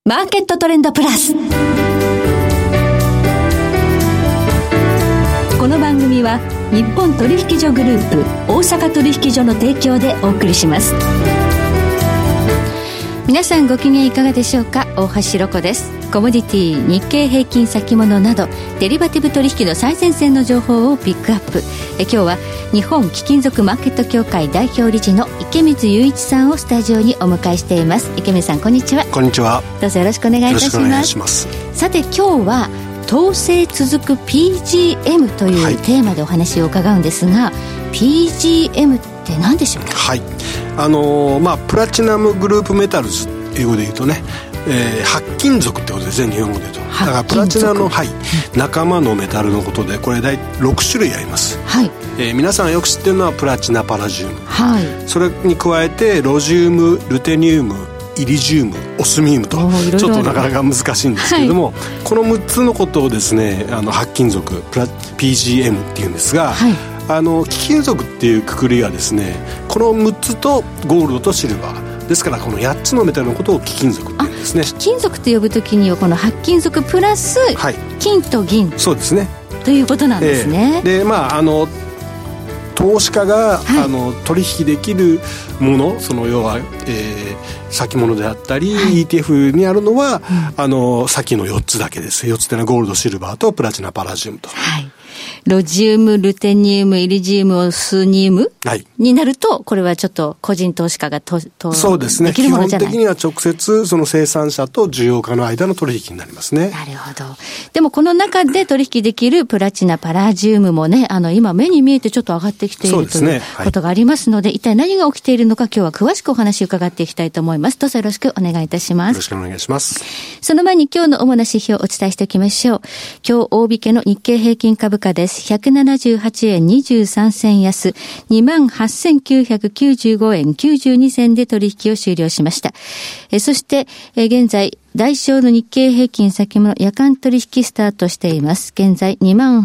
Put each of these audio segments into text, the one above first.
マーケットトレンドプラス。この番組は日本取引所グループ大阪取引所の提供でお送りします。皆さんご機嫌いかがでしょうか。大橋ロコです。コモディティ、日経平均先物などデリバティブ取引の最前線の情報をピックアップ。今日は日本貴金属マーケット協会代表理事の池水雄一さんをスタジオにお迎えしています。池水さん、こんにちは。 こんにちは。 どうぞよろしくお願いいたします。よろしくお願いします。さて、今日は統制続く PGM というテーマでお話を伺うんですが、PGM って何でしょうか。 はい、プラチナムグループメタルズ、英語で言うとね、白金属ってことですね、日本語で言うと。だからプラチナの、仲間のメタルのことで、これ大体6種類あります。皆さんがよく知ってるのはプラチナパラジウム、それに加えてロジウム、ルテニウム、イリジウム、オスミウムと、ちょっとなかなか難しいんですけれども、この6つのことをですね、白金属PGM っていうんですが、貴金属っていうくくりはですね、この6つとゴールドとシルバーですから、この8つのメタルのことを貴金属って言うんですね。 貴金属と呼ぶときにはこの白金属プラス金と銀、 そうですね、 ということなんですね。 で、投資家が、取引できるもの、その要は、先物であったり、ETF にあるのは、さっきの4つだけです。4つというのはゴールド、シルバーとプラチナ、パラジウムと。 ロジウム、ルテニウム、イリジウム、オスニウム、になると、これはちょっと個人投資家がそうですね、基本的には直接その生産者と需要家の間の取引になりますね。 なるほど。でもこの中で取引できるプラチナ、パラジウムもね、今目に見えてちょっと上がってきているということがありますので、一体何が起きているのか、今日は詳しくお話を伺っていきたいと思います。どうぞよろしくお願いいたします。 よろしくお願いします。 その前に今日の主な指標をお伝えしておきましょう。今日大引けの日経平均株価です。178円23銭安、28,995円92銭で取引を終了しました。そして、現在大小の日経平均先物夜間取引スタートしています。現在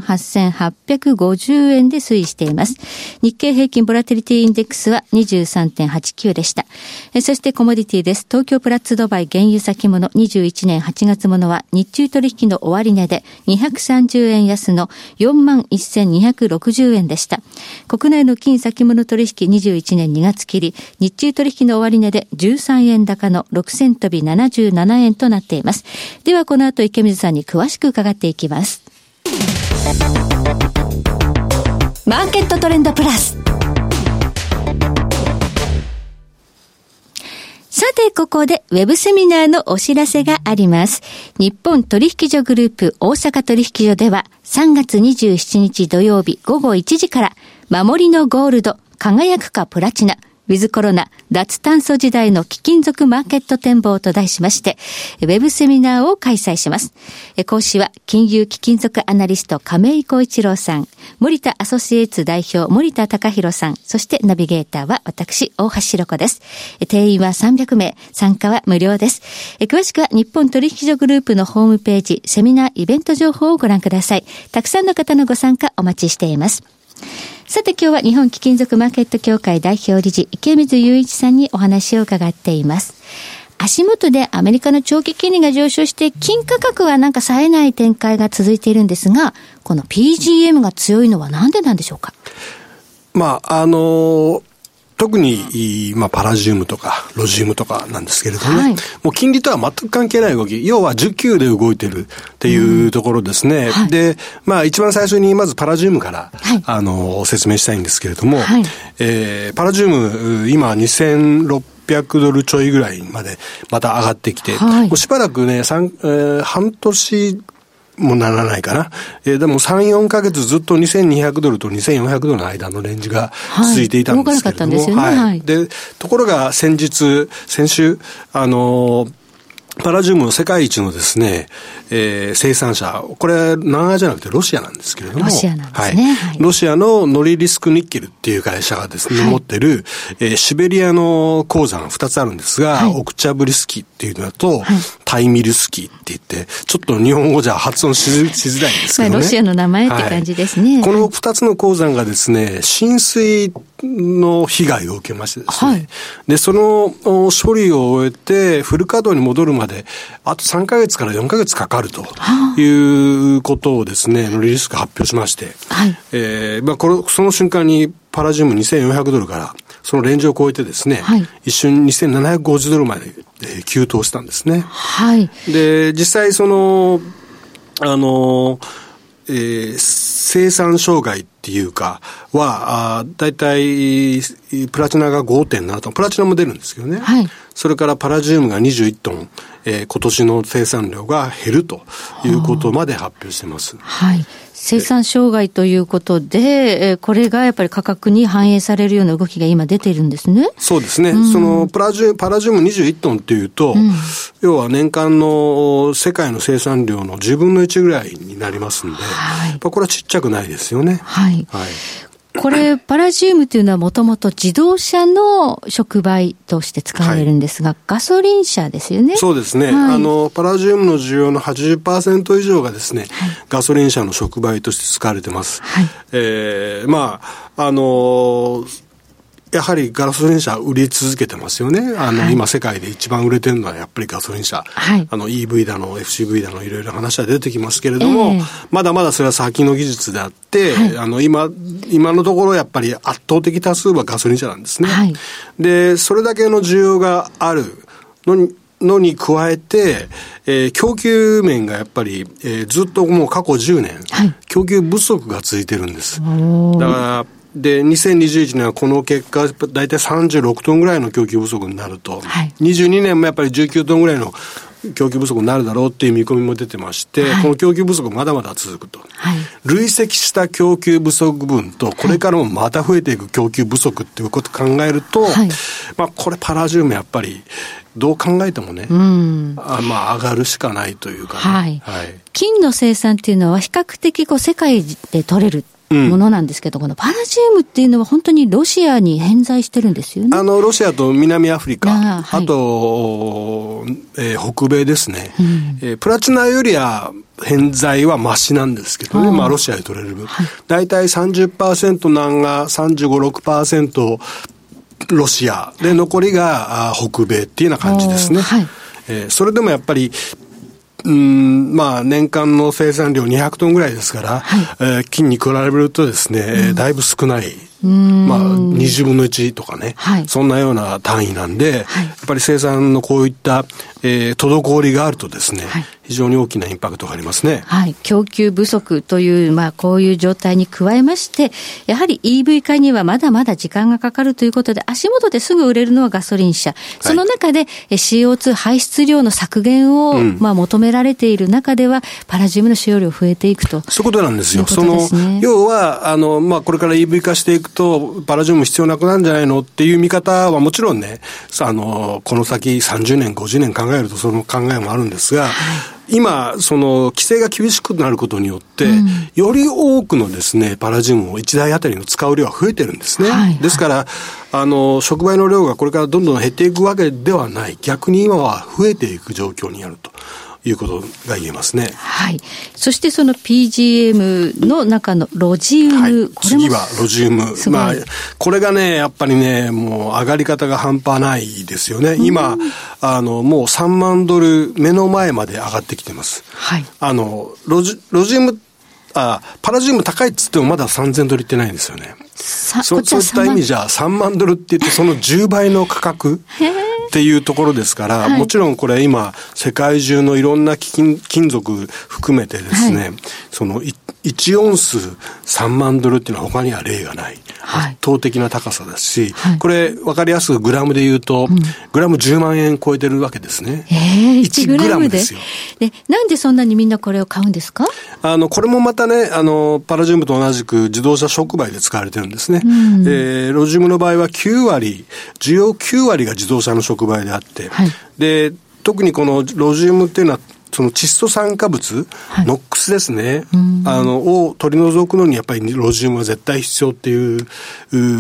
28,850 円で推移しています。日経平均ボラティリティインデックスは 23.89 でした。そしてコモディティです。東京プラッツドバイ原油先物21年8月ものは日中取引の終値で230円安の 41,260 円でした。国内の金先物取引21年2月期日中取引の終値で13円高の6000飛び77円となっています。ではこの後池水さんに詳しく伺っていきます。マーケットトレンドプラス。さて、ここでウェブセミナーのお知らせがあります。日本取引所グループ大阪取引所では3月27日土曜日午後1時から守りのゴールド、輝くかプラチナ、ウィズコロナ脱炭素時代の貴金属マーケット展望と題しまして、ウェブセミナーを開催します。講師は金融貴金属アナリスト亀井浩一郎さん、森田アソシエイツ代表森田隆弘さん、そしてナビゲーターは私大橋ロコです。定員は300名、参加は無料です。詳しくは日本取引所グループのホームページ、セミナーイベント情報をご覧ください。たくさんの方のご参加お待ちしています。さて、今日は日本貴金属マーケット協会代表理事池水雄一さんにお話を伺っています。足元でアメリカの長期金利が上昇して金価格はなんか冴えない展開が続いているんですが、この PGM が強いのはなんでなんでしょうか。 特に、パラジウムとかロジウムとかなんですけれどもね、もう金利とは全く関係ない動き、要は需給で動いてるっていうところですね。で、一番最初にまずパラジウムから、説明したいんですけれども、パラジウム今2600ドルちょいぐらいまでまた上がってきて、もうしばらくね、半年もならないかな。でも3、4ヶ月ずっと2200ドルと2400ドルの間のレンジが続いていたんですけれども。で、ところが先週、パラジウムの世界一のですね、生産者、これ南アじゃなくてロシアなんですけれども、 ロシアなんですね。 ロシアのノリリスクニッケルっていう会社がですね、持ってる、シベリアの鉱山2つあるんですが、オクチャブリスキっていうのと、 ハイミルスキーって言って、ちょっと日本語じゃ発音しづらいんですけどね。 ロシアの名前って感じですね。 この2つの鉱山がですね、浸水の被害を受けましてですね。で、その処理を終えて、フル稼働に戻るまで、あと3ヶ月から4ヶ月かかるということをですね、ノリリスク発表しまして、その瞬間にパラジウム$2400から、そのレンジを超えてですね、一瞬$2750まで急騰したんですね。で、実際生産障害っていうかだいたいプラチナが 5.7 トン、プラチナも出るんですけどね。それからパラジウムが21トン、今年の生産量が減るということまで発表しています。 生産障害ということで、これがやっぱり価格に反映されるような動きが今出ているんですね。 そうですね。そのパラジウム21トンっていうと、要は年間の世界の生産量の10分の1ぐらいになりますんで、これはちっちゃくないですよね。これパラジウムというのはもともと自動車の触媒として使われるんですが、ガソリン車ですよね。 そうですね。パラジウムの需要の 80% 以上がですね、ガソリン車の触媒として使われてます。やはりガソリン車売り続けてますよね。今世界で一番売れてるのはやっぱりガソリン車。EV だの FCV だのいろいろ話は出てきますけれども、まだまだそれは先の技術であって、今のところやっぱり圧倒的多数はガソリン車なんですね。で、それだけの需要があるのに加えて、供給面がやっぱり、ずっともう過去10年、供給不足が続いてるんです。だからで、2021年はこの結果、だいたい36トンぐらいの供給不足になると、22年もやっぱり19トンぐらいの供給不足になるだろうっていう見込みも出てまして、この供給不足まだまだ続くと。累積した供給不足分と、これからもまた増えていく供給不足っていうことを考えると、これパラジウムやっぱり、どう考えてもね、上がるしかないというかね。 金の生産っていうのは比較的世界で取れるものなんですけど、このパラジウムっていうのは本当にロシアに偏在してるんですよね。 ロシアと南アフリカ、あと、北米ですね。プラチナよりは偏在はマシなんですけどね、ロシアで取れる分。だいたい 30% 南が 35-6% ロシアで、残りが北米っていうような感じですね。それでもやっぱり年間の生産量200トンぐらいですから、金に比べるとですね、だいぶ少ない。20分の1とかね、そんなような単位なんで、やっぱり生産のこういった、滞りがあるとですね、非常に大きなインパクトがありますね。 供給不足という、こういう状態に加えまして、やはり EV 化にはまだまだ時間がかかるということで、足元ですぐ売れるのはガソリン車。その中で CO2 排出量の削減を、求められている中では、パラジウムの使用量増えていくと。 そういうことなんですよ。要は、これから EV 化していくと、パラジウム必要なくなるんじゃないのっていう見方はもちろんね、この先30年、50年考えるとその考えもあるんですが、今、規制が厳しくなることによって、より多くのですね、パラジウムを1台あたりの使う量が増えてるんですね。ですから、触媒の量がこれからどんどん減っていくわけではない。逆に今は増えていく状況にあるということが言えますね。 そしてその PGM の中のロジウム。 次はロジウム。これがね、やっぱりね、もう上がり方が半端ないですよね。今、もう3万ドル目の前まで上がってきてます。ロジウム、パラジウム高いっつってもまだ3000ドルいってないんですよね。そういった意味じゃ3万ドルって言ってその10倍の価格っていうところですから、もちろんこれ今世界中のいろんな金属含めてですね、1オンス3万ドルっていうのは他には例がない。圧倒的な高さですし、これ分かりやすくグラムで言うと、グラム10万円超えてるわけですね。1グラムですよ。 なんでそんなにみんなこれを買うんですか？ これもまたね、パラジウムと同じく自動車触媒で使われてるんですね。ロジウムの場合は需要9割が自動車の触媒であって、で、特にこのロジウムっていうのは、その窒素酸化物、ノックスですね、を取り除くのにやっぱりロジウムは絶対必要っていう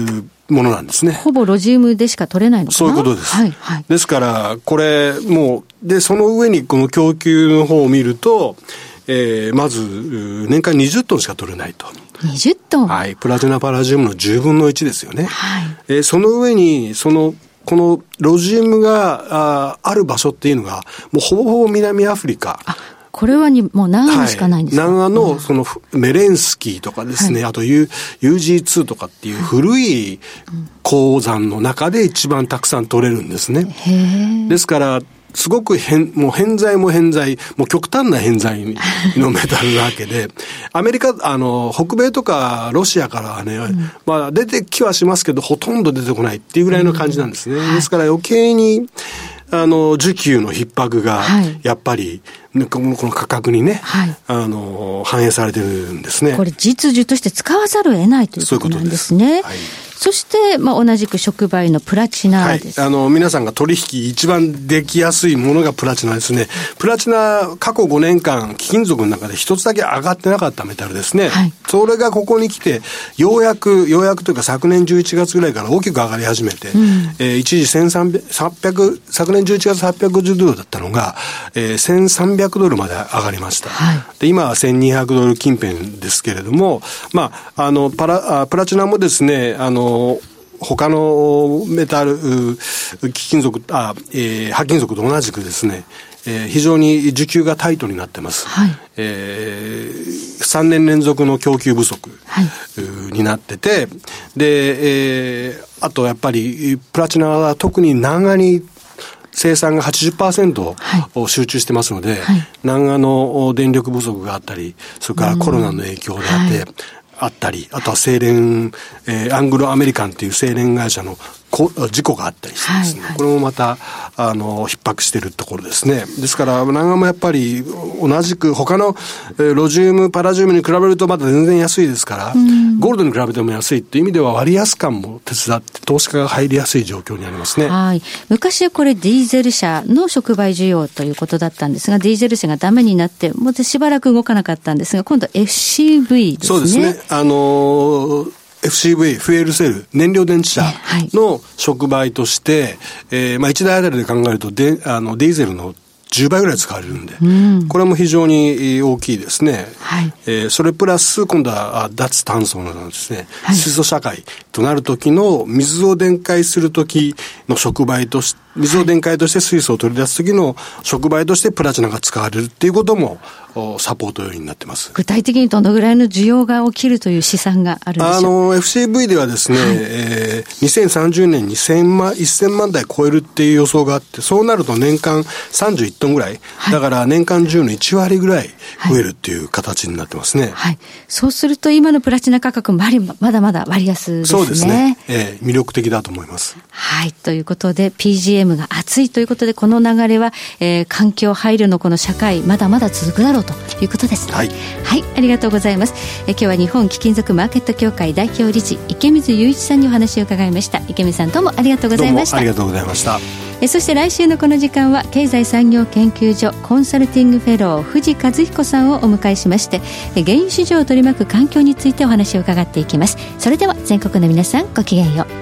ものなんですね。 ほぼロジウムでしか取れないのかな。 そういうことです。 はいはい、 ですからこれもうでその上にこの供給の方を見ると、まず年間20トンしか取れないと。 20トン、 はい、プラチナパラジウムの10分の1ですよね。 はい、 その上にこのロジウムが ある場所っていうのがもうほぼほぼ南アフリカ。 これはもう南アしかないんですか。 南アのそのメレンスキーとかですね、はい、あと UG2 とかっていう古い鉱山の中で一番たくさん取れるんですね。ですからすごくもう偏在もう極端な偏在のメタルなわけで、アメリカ、北米とかロシアからはね、まあ出てきはしますけど、ほとんど出てこないっていうぐらいの感じなんですね。ですから余計に、需給の逼迫が、やっぱり、この価格にね、反映されてるんですね。 これ実需として使わざるを得ないということなんですね。そういうことです。そして、同じく触媒のプラチナです。 皆さんが取引一番できやすいものがプラチナですね。プラチナ、過去5年間、貴金属の中で一つだけ上がってなかったメタルですね。それがここに来て、ようやくというか昨年11月ぐらいから大きく上がり始めて、一時1300、昨年11月850ドルだったのが、1300ドルまで上がりました。で今は1200ドル近辺ですけれども、プラチナもですね、他のメタル、貴金属、白金属と同じくですね、非常に需給がタイトになってます。3年連続の供給不足になってて、で、あとやっぱりプラチナは特に南アに生産が 80% 集中してますので、南アの電力不足があったり、それからコロナの影響であったり、あとは精錬、アングロアメリカンっていう精錬会社の事故があったりしてですね、これもまた、逼迫しているところですね。ですから、南アもやっぱり同じく他のロジウム、パラジウムに比べるとまだ全然安いですから、ゴールドに比べても安いっていう意味では割安感も手伝って投資家が入りやすい状況にありますね。 昔はこれディーゼル車の触媒需要ということだったんですが、ディーゼル車がダメになって、もうしばらく動かなかったんですが、今度 FCV ですね。そうですね。 FCV、フュエルセル、燃料電池車の触媒として、1台あたりで考えるとディーゼルの10倍ぐらい使われるんで、これも非常に大きいですね。それプラス今度は脱炭素のですね、水素社会となる時の水を電解する時の触媒として、水を電解として水素を取り出す時の触媒としてプラチナが使われるっていうこともサポート要因になってます。 具体的にどのぐらいの需要が起きるという試算があるんでしょう。 FCV ではですね、2030年に1000万台超えるっていう予想があって、そうなると年間31トンぐらい、だから年間10の1割ぐらい増えるっていう形になってますね。 そうすると今のプラチナ価格まだまだ割安ですね。 そうですね。魅力的だと思います。 ということで PGMが熱いということで、この流れは、環境配慮のこの社会まだまだ続くだろうということですね。ありがとうございます。今日は日本貴金属マーケット協会代表理事池水雄一さんにお話を伺いました。池水さん、どうもありがとうございました。 どうもありがとうございました。 そして来週のこの時間は経済産業研究所コンサルティングフェロー藤和彦さんをお迎えしまして、原油市場を取り巻く環境についてお話を伺っていきます。それでは全国の皆さん、ごきげんよう。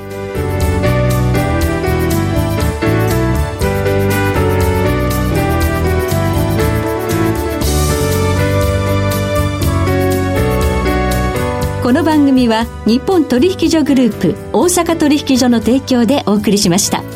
この番組は日本取引所グループ大阪取引所の提供でお送りしました。